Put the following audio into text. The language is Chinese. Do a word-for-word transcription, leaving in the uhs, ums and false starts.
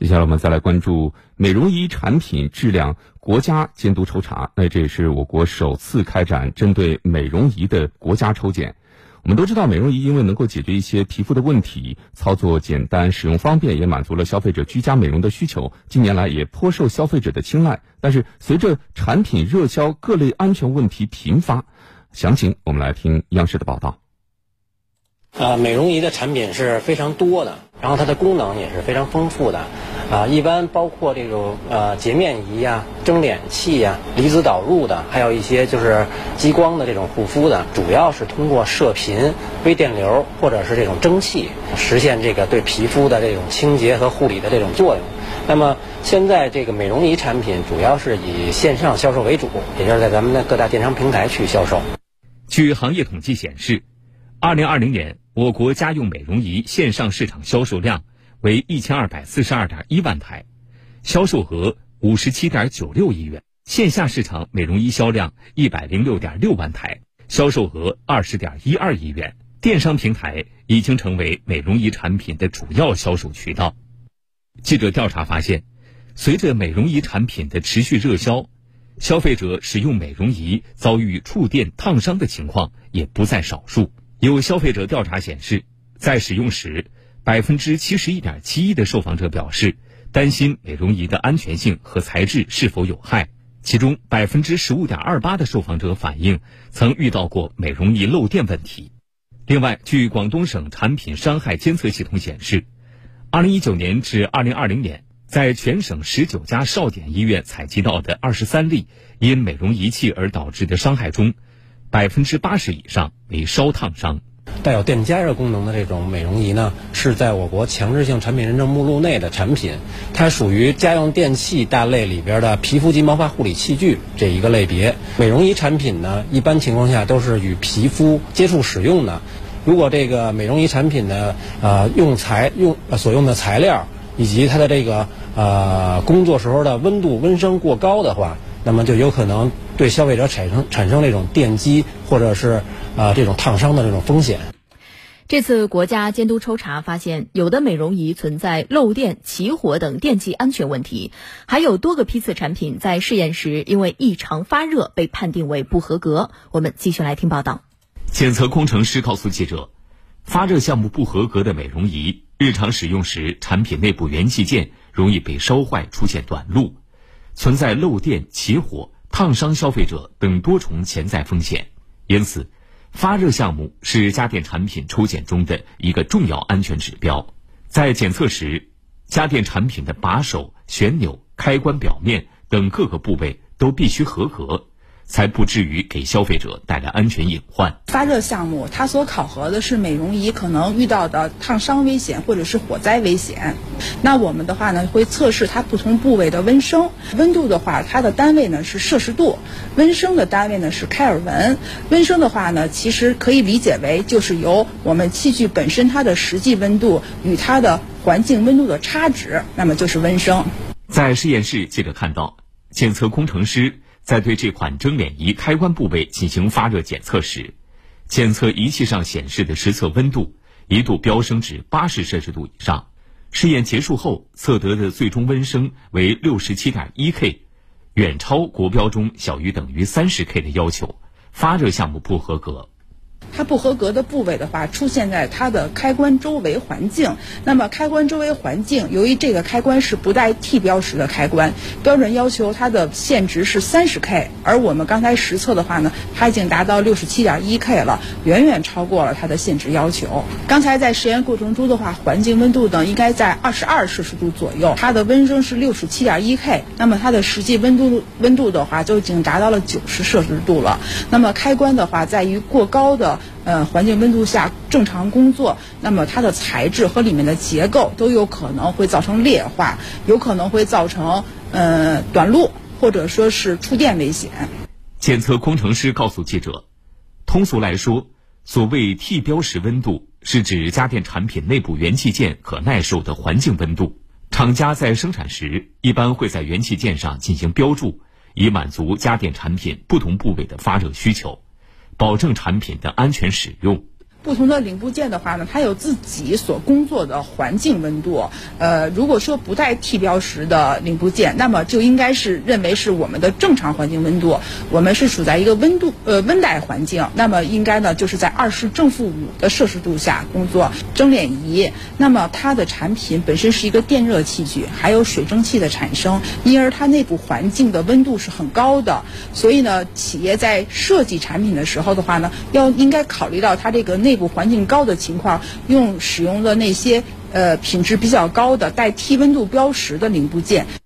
接下来我们再来关注美容仪产品质量国家监督抽查。那这也是我国首次开展针对美容仪的国家抽检。我们都知道，美容仪因为能够解决一些皮肤的问题，操作简单，使用方便，也满足了消费者居家美容的需求，近年来也颇受消费者的青睐。但是随着产品热销，各类安全问题频发。详情我们来听央视的报道。 呃，美容仪的产品是非常多的，然后它的功能也是非常丰富的，啊、呃，一般包括这种呃洁面仪呀、蒸脸器呀、离子导入的，还有一些就是激光的这种护肤的，主要是通过射频、微电流或者是这种蒸汽，实现这个对皮肤的这种清洁和护理的这种作用。那么现在这个美容仪产品主要是以线上销售为主，也就是在咱们的各大电商平台去销售。 据行业统计显示，二零二零年我国家用美容仪线上市场销售量为一千二百四十二点一万台，销售额五十七点九六亿元；线下市场美容仪销量一百零六点六万台，销售额二十点一二亿元。电商平台已经成为美容仪产品的主要销售渠道。记者调查发现，随着美容仪产品的持续热销，消费者使用美容仪遭遇触电烫伤的情况也不在少数。有消费者调查显示，在使用时 百分之七十一点七一 的受访者表示担心美容仪的安全性和材质是否有害，其中 百分之十五点二八 的受访者反映曾遇到过美容仪漏电问题。另外，据广东省产品伤害监测系统显示，二零一九年至二零二零年，在全省十九家少点医院采集到的二十三例因美容仪器而导致的伤害中， 百分之八十 以上为烧烫伤。 带有电加热功能的这种美容仪呢，是在我国强制性产品认证目录内的产品，它属于家用电器大类里边的皮肤及毛发护理器具这一个类别。美容仪产品呢，一般情况下都是与皮肤接触使用的。如果这个美容仪产品的呃用材用、呃、所用的材料以及它的这个呃工作时候的温度温升过高的话，那么就有可能对消费者产生产生这种电击或者是呃这种烫伤的这种风险。 这次国家监督抽查发现，有的美容仪存在漏电、起火等电气安全问题，还有多个批次产品在试验时因为异常发热被判定为不合格。我们继续来听报道。 检测工程师告诉记者，发热项目不合格的美容仪，日常使用时产品内部元器件容易被烧坏，出现短路，存在漏电、起火、烫伤消费者等多重潜在风险。因此，发热项目是家电产品抽检中的一个重要安全指标。在检测时，家电产品的把手、旋钮、开关表面等各个部位都必须合格，才不至于给消费者带来安全隐患。 发热项目它所考核的是美容仪可能遇到的烫伤危险或者是火灾危险。那我们的话呢，会测试它不同部位的温升。温度的话，它的单位呢是摄氏度，温升的单位呢是开尔文。温升的话呢，其实可以理解为就是由我们器具本身它的实际温度与它的环境温度的差值，那么就是温升。 在实验室，记者看到检测工程师在对这款蒸脸仪开关部位进行发热检测时，检测仪器上显示的实测温度一度飙升至八十摄氏度以上。试验结束后测得的最终温升为 六十七点一 K， 远超国标中小于等于 三十 K 的要求，发热项目不合格。 它不合格的部位的话，出现在它的开关周围环境。那么开关周围环境，由于这个开关是不带 T 标识的开关，标准要求它的限值是 三十 K， 而我们刚才实测的话呢，它已经达到 六十七点一 K 了，远远超过了它的限值要求。刚才在实验过程中的话，环境温度呢应该在二十二摄氏度左右，它的温升是 六十七点一 K， 那么它的实际温度温度的话就已经达到了九十摄氏度了。那么开关的话，在于过高的呃，环境温度下正常工作，那么它的材质和里面的结构都有可能会造成裂化，有可能会造成呃短路或者说是触电危险。 检测工程师告诉记者，通俗来说，所谓 T 标识温度是指家电产品内部元器件可耐受的环境温度。厂家在生产时一般会在元器件上进行标注，以满足家电产品不同部位的发热需求，保证产品的安全使用。 不同的零部件的话呢，它有自己所工作的环境温度。呃，如果说不带 T 标识的零部件，那么就应该是认为是我们的正常环境温度。我们是处在一个温度呃温带环境，那么应该呢就是在二十正负五的摄氏度下工作。蒸脸仪，那么它的产品本身是一个电热器具，还有水蒸气的产生，因而它内部环境的温度是很高的。所以呢，企业在设计产品的时候的话呢，要应该考虑到它这个内部环境高的情况，用使用的那些呃品质比较高的带 T 温度标识的零部件。